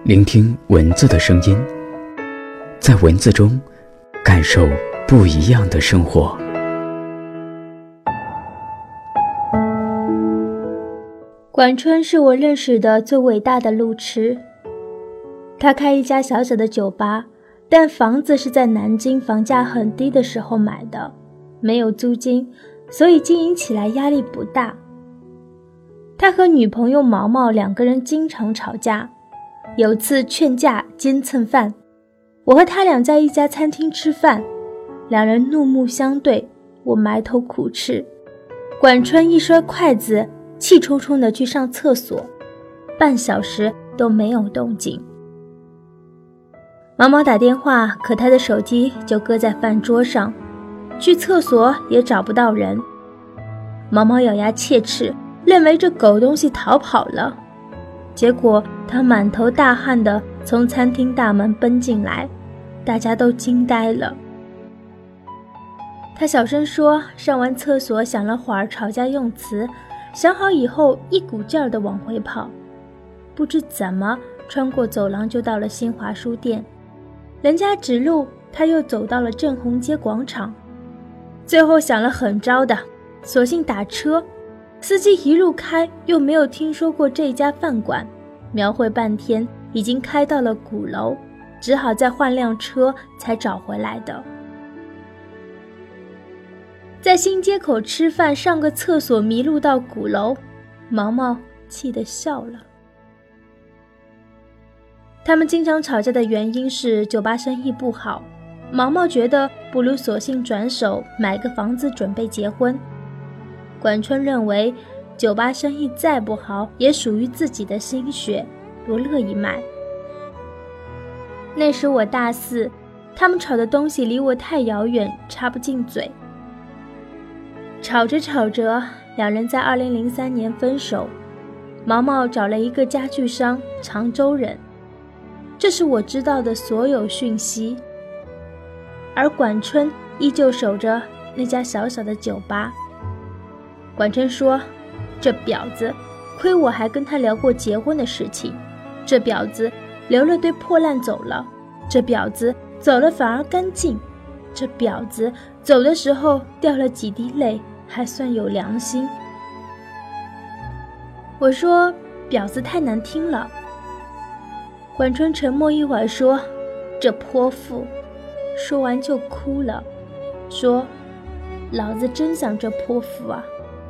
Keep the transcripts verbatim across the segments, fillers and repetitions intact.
聆听文字的声音，在文字中感受不一样的生活。 管春是我认识的最伟大的路痴。他开一家小小的酒吧，但房子是在南京房价很低的时候买的，没有租金，所以经营起来压力不大。他和女朋友毛毛两个人经常吵架，有次劝架兼蹭饭，我和他俩在一家餐厅吃饭，两人怒目相对，我埋头苦吃。管春一摔筷子，气冲冲地去上厕所，半小时都没有动静。毛毛打电话，可他的手机就搁在饭桌上，去厕所也找不到人。毛毛咬牙切齿，认为这狗东西逃跑了，结果他满头大汗地从餐厅大门奔进来，大家都惊呆了。他小声说，上完厕所想了会儿吵架用词，想好以后一股劲儿地往回跑，不知怎么穿过走廊就到了新华书店，人家指路，他又走到了正红街广场，最后想了很招的，索性打车，司机一路开，又没有听说过这家饭馆，描绘半天已经开到了鼓楼，只好再换辆车才找回来的。在新街口吃饭，上个厕所迷路到鼓楼，毛毛气得笑了。他们经常吵架的原因是酒吧生意不好，毛毛觉得不如索性转手买个房子准备结婚。管春认为酒吧生意再不好也属于自己的心血，不乐意卖。那时我大四，他们吵的东西离我太遥远，插不进嘴。吵着吵着，两人在二零零三年分手，毛毛找了一个家具商，常州人。这是我知道的所有讯息。而管春依旧守着那家小小的酒吧。管春说，这婊子，亏我还跟他聊过结婚的事情，这婊子留了堆破烂走了，这婊子走了反而干净，这婊子走的时候掉了几滴泪，还算有良心。我说，婊子太难听了。管春沉默一会儿说，这泼妇，说完就哭了，说，老子真想这泼妇啊。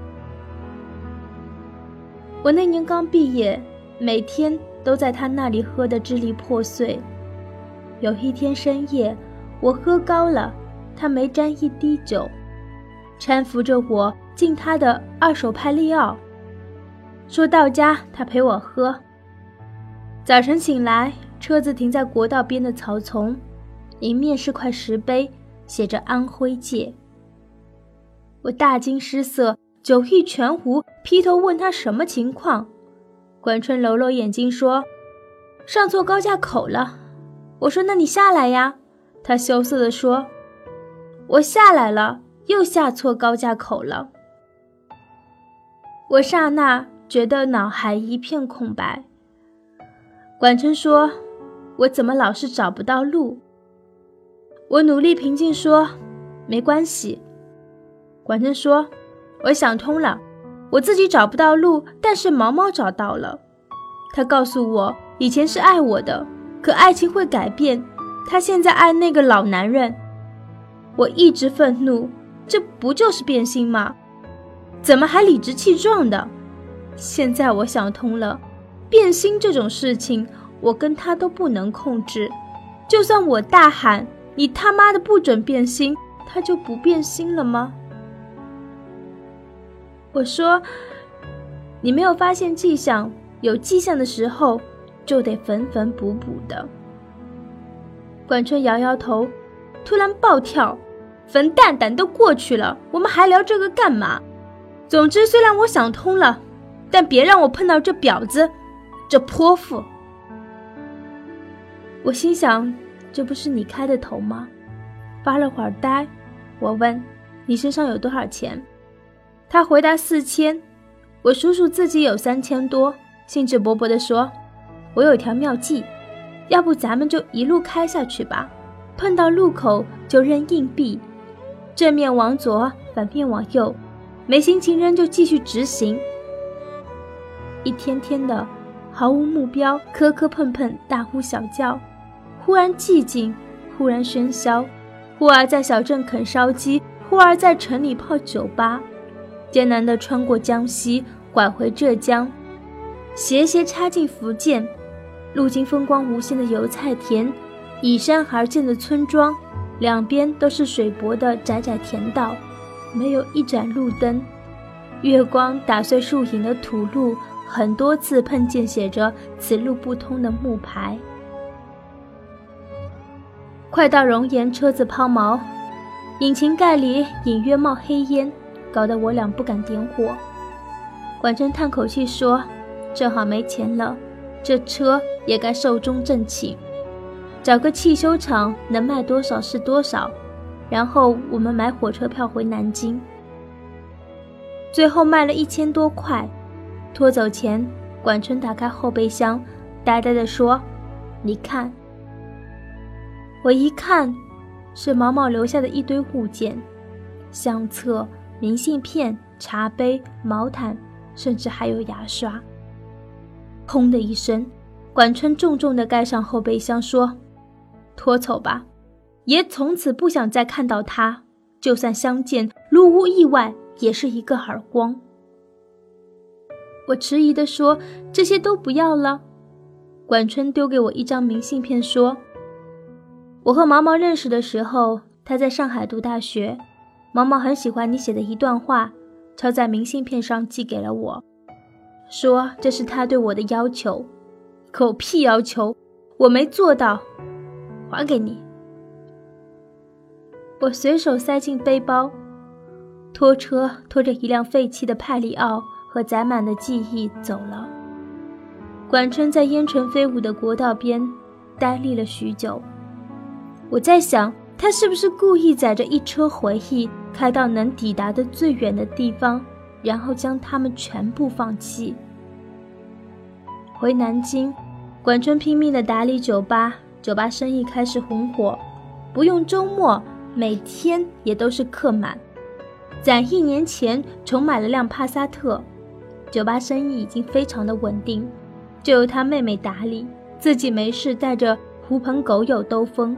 我那年刚毕业，每天都在他那里喝得支离破碎。有一天深夜，我喝高了，他没沾一滴酒，搀扶着我进他的二手派利奥，说到家他陪我喝。早晨醒来，车子停在国道边的草丛，迎面是块石碑，写着安徽界。我大惊失色，酒意全无，劈头问他什么情况。管春揉揉眼睛说，上错高架口了。我说，那你下来呀。他羞涩地说，我下来了，又下错高架口了。我刹那觉得脑海一片空白。管春说，我怎么老是找不到路？我努力平静说，没关系。管春说，我想通了，我自己找不到路，但是毛毛找到了。他告诉我，以前是爱我的，可爱情会改变，他现在爱那个老男人。我一直愤怒，这不就是变心吗？怎么还理直气壮的？现在我想通了，变心这种事情，我跟他都不能控制。就算我大喊，你他妈的不准变心，他就不变心了吗？我说，你没有发现迹象，有迹象的时候就得缝缝补补的。管春摇摇头，突然暴跳，冯蛋蛋都过去了，我们还聊这个干嘛？总之，虽然我想通了，但别让我碰到这婊子，这泼妇。我心想，这不是你开的头吗？发了会儿呆，我问，你身上有多少钱？他回答四千。我数数自己有三千多，兴致勃勃地说，我有一条妙计， 要不咱们就一路开下去吧，碰到路口就扔硬币，正面往左，反面往右，没心情扔就继续直行。一天天的毫无目标，磕磕碰碰，大呼小叫，忽然寂静，忽然喧嚣，忽而在小镇啃烧鸡，忽而在城里泡酒吧，艰难地穿过江西，拐回浙江，斜斜插进福建，路经风光无限的油菜田，依山而建的村庄，两边都是水泊的窄窄田道，没有一盏路灯，月光打碎树影的土路，很多次碰见写着此路不通的木牌。快到容颜，车子抛锚，引擎盖里隐约冒黑烟，搞得我俩不敢点火。管春叹口气说，正好没钱了，这车也该寿终正寝，找个汽修厂能卖多少是多少，然后我们买火车票回南京。最后卖了一千多块，拖走前，管春打开后备箱，呆呆地说，你看。我一看，是毛毛留下的一堆物件，相册、明信片、茶杯、毛毯，甚至还有牙刷。砰的一声，管春重重地盖上后备箱，说，拖走吧，爷从此不想再看到他，就算相见，如无意外，也是一个耳光。我迟疑地说，这些都不要了。管春丢给我一张明信片，说，我和毛毛认识的时候，他在上海读大学，毛毛很喜欢你写的一段话，抄在明信片上寄给了我，说这是他对我的要求。狗屁要求，我没做到，还给你。我随手塞进背包，拖车拖着一辆废弃的派里奥和载满的记忆走了。管春在烟尘飞舞的国道边呆立了许久，我在想，他是不是故意载着一车回忆开到能抵达的最远的地方，然后将他们全部放弃。回南京，管春拼命地打理酒吧，酒吧生意开始红火，不用周末，每天也都是客满。攒一年前重买了辆帕萨特，酒吧生意已经非常的稳定，就由他妹妹打理，自己没事带着狐朋狗友兜风。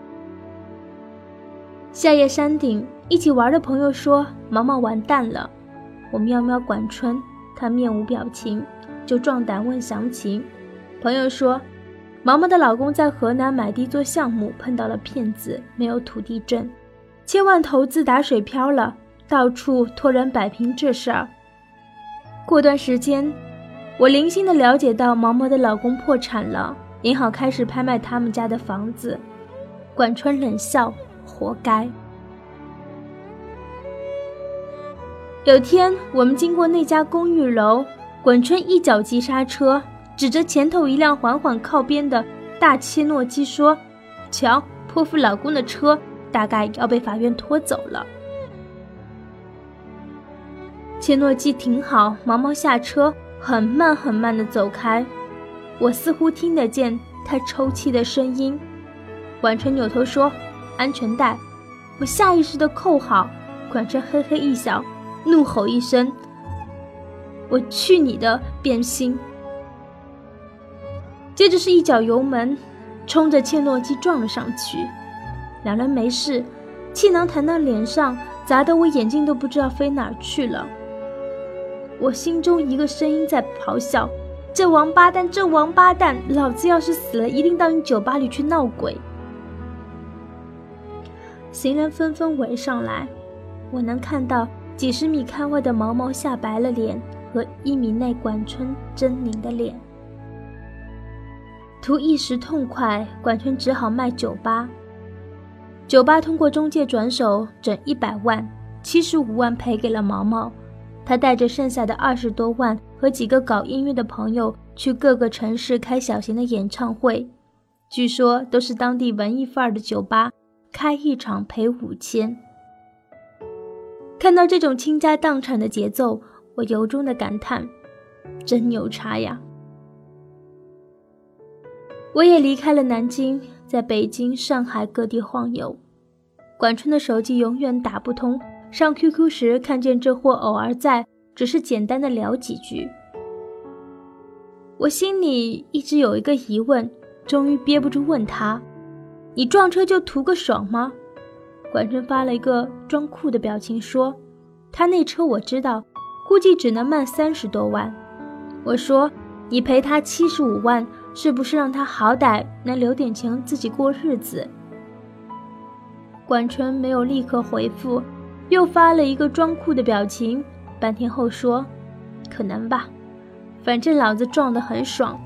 夏夜山顶，一起玩的朋友说毛毛完蛋了，我瞄瞄管春，他面无表情，就壮胆问详情。朋友说，毛毛的老公在河南买地做项目，碰到了骗子，没有土地证，千万投资打水漂了，到处托人摆平这事儿。过段时间，我零星地了解到毛毛的老公破产了，银行开始拍卖他们家的房子。管春冷笑，活该。有天我们经过那家公寓楼，管春一脚急刹车，指着前头一辆缓缓靠边的大切诺基说，瞧，泼妇老公的车大概要被法院拖走了。切诺基停好，毛毛下车，很慢很慢地走开，我似乎听得见他抽泣的声音。管春扭头说，安全带。我下意识地扣好，管春嘿嘿一笑，怒吼一声，我去你的变心。接着是一脚油门，冲着切诺基撞了上去，两人没事，气囊弹到脸上，砸得我眼睛都不知道飞哪儿去了。我心中一个声音在咆哮，这王八蛋，这王八蛋，老子要是死了，一定到你酒吧里去闹鬼。行人纷纷围上来，我能看到几十米开外的毛毛吓白了脸和一米内管春狰狞的脸。图一时痛快，管春只好卖酒吧。酒吧通过中介转手整一百万，七十五万赔给了毛毛。他带着剩下的二十多万和几个搞音乐的朋友去各个城市开小型的演唱会，据说都是当地文艺范儿的酒吧，开一场赔五千。看到这种倾家荡产的节奏，我由衷的感叹，真牛叉呀！ 我也离开了南京，在北京、上海各地晃悠。管春的手机永远打不通，上 Q Q 时看见这货偶尔在，只是简单的聊几句。我心里一直有一个疑问，终于憋不住问他：你撞车就图个爽吗？管春发了一个装酷的表情说：他那车我知道，估计只能卖三十多万。我说：你赔他七十五万，是不是让他好歹能留点钱自己过日子？管春没有立刻回复，又发了一个装酷的表情，半天后说：可能吧，反正老子撞得很爽。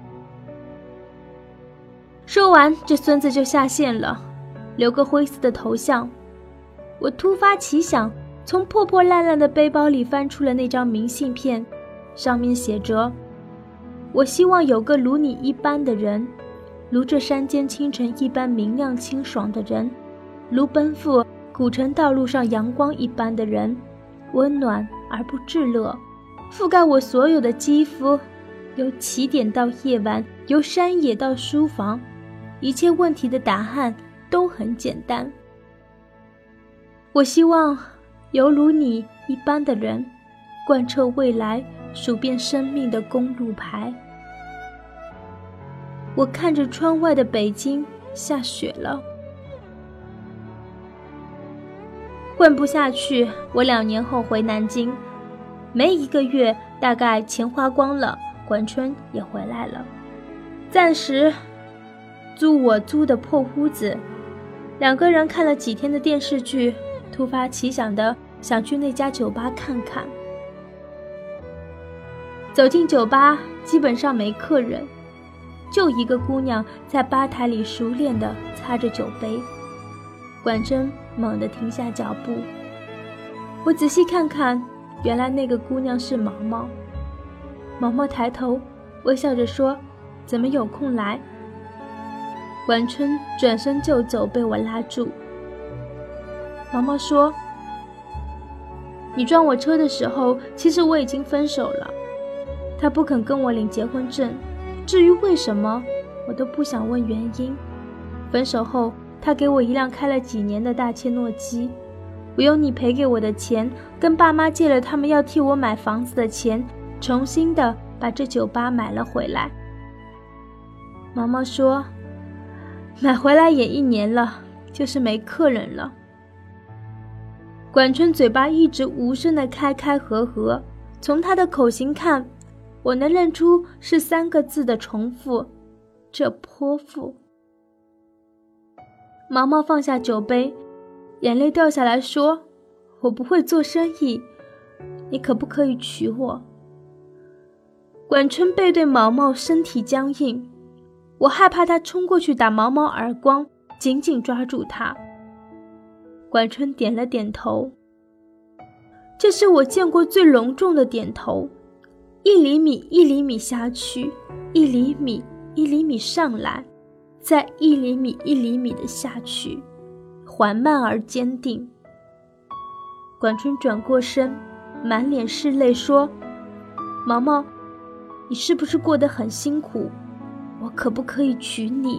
说完，这孙子就下线了，留个灰色的头像。我突发奇想，从破破烂烂的背包里翻出了那张明信片，上面写着：我希望有个如你一般的人，如这山间清晨一般明亮清爽的人，如奔赴古城道路上阳光一般的人，温暖而不炙热，覆盖我所有的肌肤，由起点到夜晚，由山野到书房，一切问题的答案都很简单。我希望有如你一般的人，贯彻未来，数遍生命的公路牌。我看着窗外的北京，下雪了。混不下去，我两年后回南京，没一个月，大概钱花光了，管春也回来了，暂时租我租的破屋子，两个人看了几天的电视剧，突发奇想的想去那家酒吧看看。走进酒吧，基本上没客人，就一个姑娘在吧台里熟练地擦着酒杯。管春猛地停下脚步，我仔细看看，原来那个姑娘是毛毛。毛毛抬头微笑着说：怎么有空来？管春转身就走，被我拉住。毛毛说：你撞我车的时候，其实我已经分手了，他不肯跟我领结婚证，至于为什么，我都不想问原因。分手后，他给我一辆开了几年的大切诺基，我用你赔给我的钱，跟爸妈借了他们要替我买房子的钱，重新的把这酒吧买了回来。毛毛说：买回来也一年了，就是没客人了。管春嘴巴一直无声的开开合合，从他的口型看，我能认出是三个字的重复：这泼妇。毛毛放下酒杯，眼泪掉下来说：我不会做生意，你可不可以娶我？管春背对毛毛，身体僵硬，我害怕他冲过去打毛毛耳光，紧紧抓住他。管春点了点头，这是我见过最隆重的点头，一厘米一厘米下去，一厘米一厘米上来，再一厘米一厘米的下去，缓慢而坚定。管春转过身，满脸是泪说：毛毛，你是不是过得很辛苦？我可不可以娶你？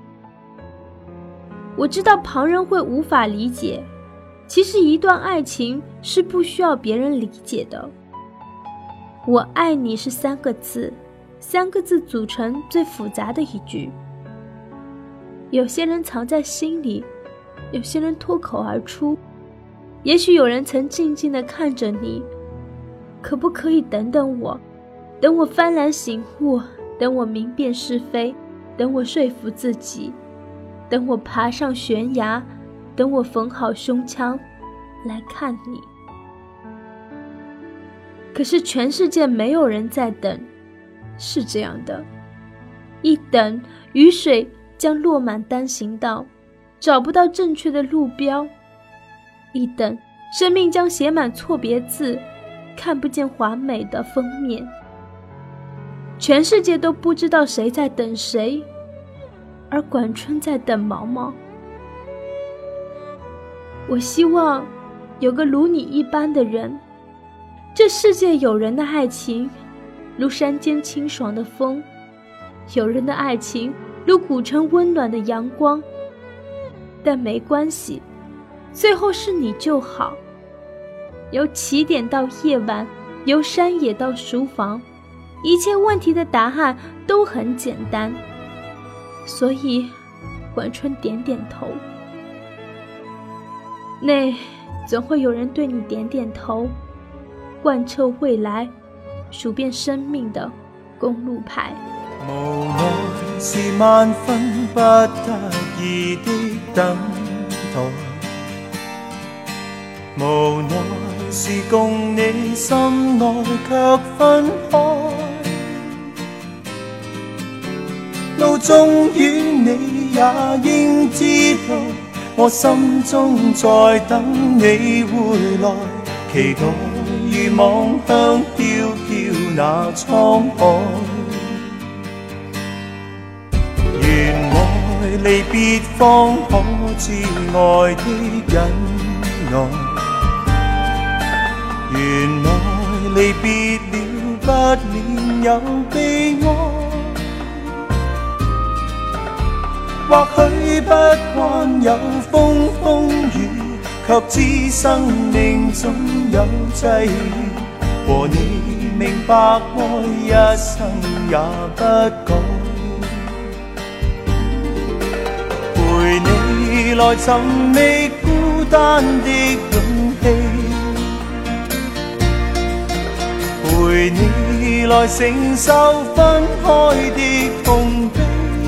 我知道旁人会无法理解，其实一段爱情是不需要别人理解的。我爱你是三个字，三个字组成最复杂的一句。有些人藏在心里，有些人脱口而出。也许有人曾静静地看着你，可不可以等等我？等我幡然醒悟，等我明辨是非，等我说服自己，等我爬上悬崖，等我缝好胸腔来看你。可是全世界没有人在等，是这样的，一等，雨水将落满单行道，找不到正确的路标；一等，生命将写满错别字，看不见华美的封面。全世界都不知道谁在等谁，而管春在等毛毛。我希望有个如你一般的人，这世界有人的爱情如山间清爽的风，有人的爱情如古城温暖的阳光。但没关系，最后是你就好。由起点到夜晚，由山野到书房，一切问题的答案都很简单。所以晚春点点头，那总会有人对你点点头，贯彻未来，数遍生命的公路牌。 无奈是万分不得已的等待，无奈是共你心爱却分开，路終於你也應知道，我心中在等你回來，期待如望向飄飄那滄海。原來離別方可知愛的忍耐，原來離別了不免有悲哀。或許不慣有風風雨，卻知生命總有際遇，和你明白愛一生也不改。陪你來尋覓孤單的勇氣，陪你來承受分開的痛悲。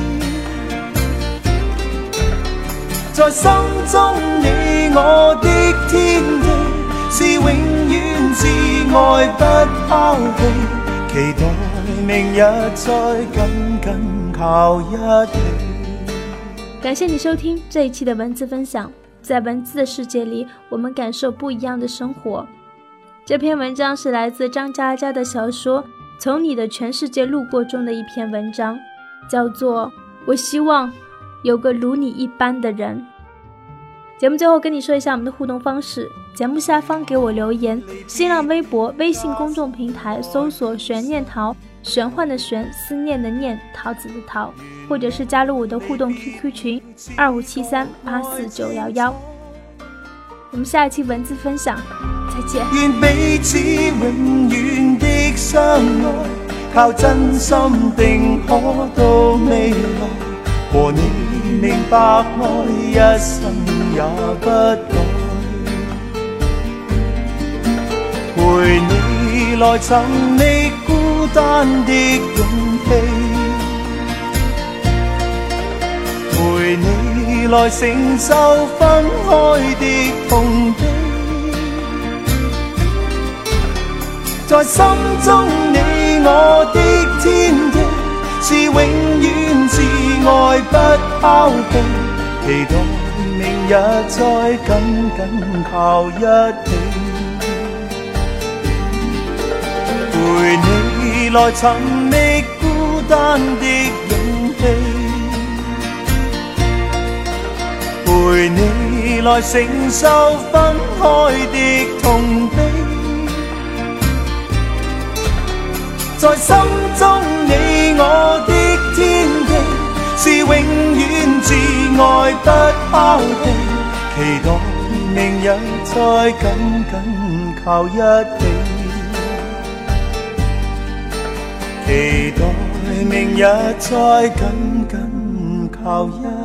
在心中你我的天地，是永遠至愛不拋棄，期待明日再緊緊靠一起。 感謝你收聽這一期的文字分享，在文字的世界裡，我們感受不一樣的生活。這篇文章是來自張嘉佳的小說《從你的全世界路過》中的一篇文章，叫做《我希望有個如你一般的人》。節目最後跟你說一下我們的互動方式，節目下方給我留言，新浪微博、微信公眾平台搜索玄念桃，玄幻的玄，思念的念，桃子的桃，或者是加入我的互動 Q Q 群二五七三八四九一一。我們下一期文字分享再見。 願彼此永遠的相愛，靠真心定可到未來，和你明白愛一生也不改，陪你來尋覓孤單的勇氣，陪你來承受分開的痛悲。在心中你我的天地，是永遠至愛不拋棄，期待明日再緊緊靠一起，陪你來尋覓孤單的勇氣，陪你來承受分開的痛悲。在心中你我的天地，是永遠至愛不拋棄，期待明日再緊緊靠一起，期待明日再緊緊靠一起。